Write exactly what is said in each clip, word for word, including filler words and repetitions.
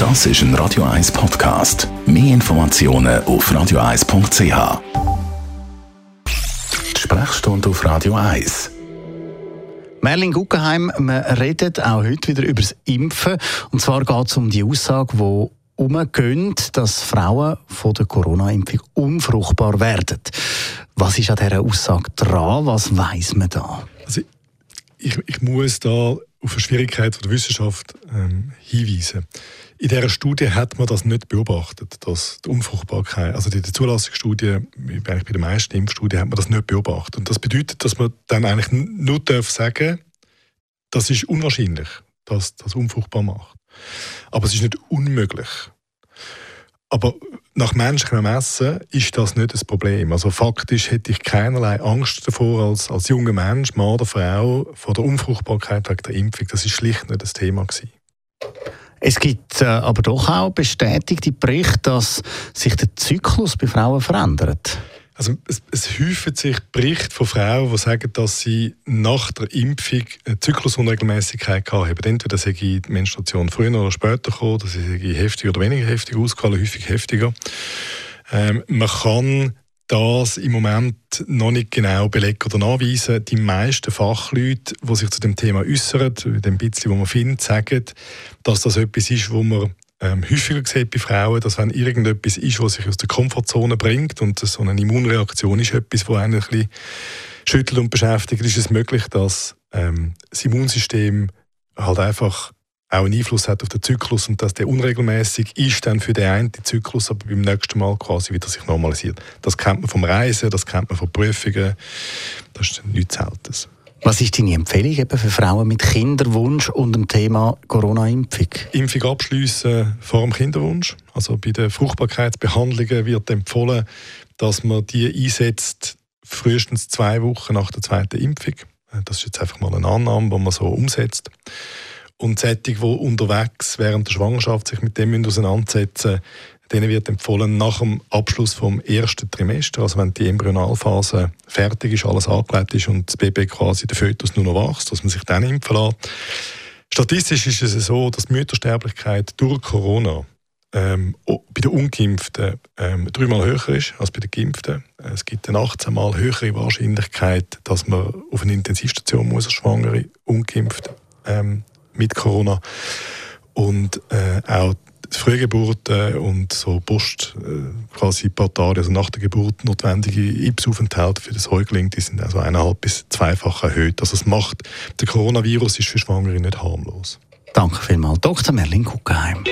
Das ist ein Radio eins Podcast. Mehr Informationen auf radio eins punkt c h. Die Sprechstunde auf Radio eins. Merlin Guggenheim, wir reden auch heute wieder über das Impfen. Und zwar geht es um die Aussage, die umgeht, dass Frauen von der Corona-Impfung unfruchtbar werden. Was ist an dieser Aussage dran? Was weiss man da? Also ich, ich muss da auf eine Schwierigkeit der Wissenschaft ähm, hinweisen. In dieser Studie hat man das nicht beobachtet, dass die Unfruchtbarkeit, also in der Zulassungsstudie, bei den meisten Impfstudien, hat man das nicht beobachtet. Und das bedeutet, dass man dann eigentlich nur darf sagen, das ist unwahrscheinlich, dass das unfruchtbar macht. Aber es ist nicht unmöglich. Aber nach menschlichem Ermessen ist das nicht das Problem. Also faktisch hätte ich keinerlei Angst davor, als, als junger Mensch, Mann oder Frau, vor der Unfruchtbarkeit wegen der Impfung. Das ist schlicht nicht das Thema gewesen. Es gibt äh, aber doch auch bestätigte Berichte, dass sich der Zyklus bei Frauen verändert. Also es, es häufen sich Berichte von Frauen, die sagen, dass sie nach der Impfung eine Zyklusunregelmäßigkeit hatten. Entweder sei die Menstruation früher oder später gekommen, dass sie heftiger oder weniger heftig ausgefallen, häufig heftiger. Ähm, man kann das im Moment noch nicht genau belegen oder nachweisen. Die meisten Fachleute, die sich zu dem Thema äußern, mit dem bisschen, was man findet, sagen, dass das etwas ist, wo man ähm, häufiger sieht bei Frauen, dass wenn irgendetwas ist, was sich aus der Komfortzone bringt und so eine Immunreaktion ist etwas, das einen ein bisschen schüttelt und beschäftigt, ist es möglich, dass ähm, das Immunsystem halt einfach auch einen Einfluss hat auf den Zyklus und dass der unregelmäßig ist dann für den einen Zyklus, aber beim nächsten Mal quasi wieder sich normalisiert. Das kennt man vom Reisen, das kennt man von Prüfungen, das ist nichts Seltenes. Was ist deine Empfehlung eben für Frauen mit Kinderwunsch und dem Thema Corona-Impfung? Impfung abschliessen vor dem Kinderwunsch. Also bei den Fruchtbarkeitsbehandlungen wird empfohlen, dass man die einsetzt frühestens zwei Wochen nach der zweiten Impfung. Das ist jetzt einfach mal eine Annahme, die man so umsetzt. Und solche, die unterwegs während der Schwangerschaft sich mit dem auseinandersetzen müssen, denen wird empfohlen, nach dem Abschluss vom ersten Trimester, also wenn die Embryonalphase fertig ist, alles angelegt ist und das Baby quasi, der Fötus nur noch wächst, dass man sich dann impfen lässt. Statistisch ist es so, dass die Müttersterblichkeit durch Corona ähm, bei den Ungeimpften ähm, dreimal höher ist als bei den Geimpften. Es gibt eine achtzehn Mal höhere Wahrscheinlichkeit, dass man auf eine Intensivstation muss als Schwangere, ungeimpft, ähm, mit Corona. Und äh, auch die Frühgeburten und so Post, äh, quasi ein paar Tage, also nach der Geburt notwendige I P S-Aufenthalte für den Säugling, die sind also eineinhalb bis zweifach erhöht. Also es macht, der Coronavirus ist für Schwangere nicht harmlos. Danke vielmals, Doktor Merlin Guggenheim.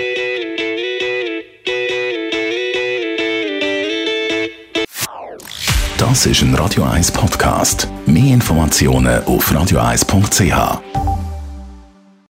Das ist ein Radio eins Podcast. Mehr Informationen auf radio eins punkt c h.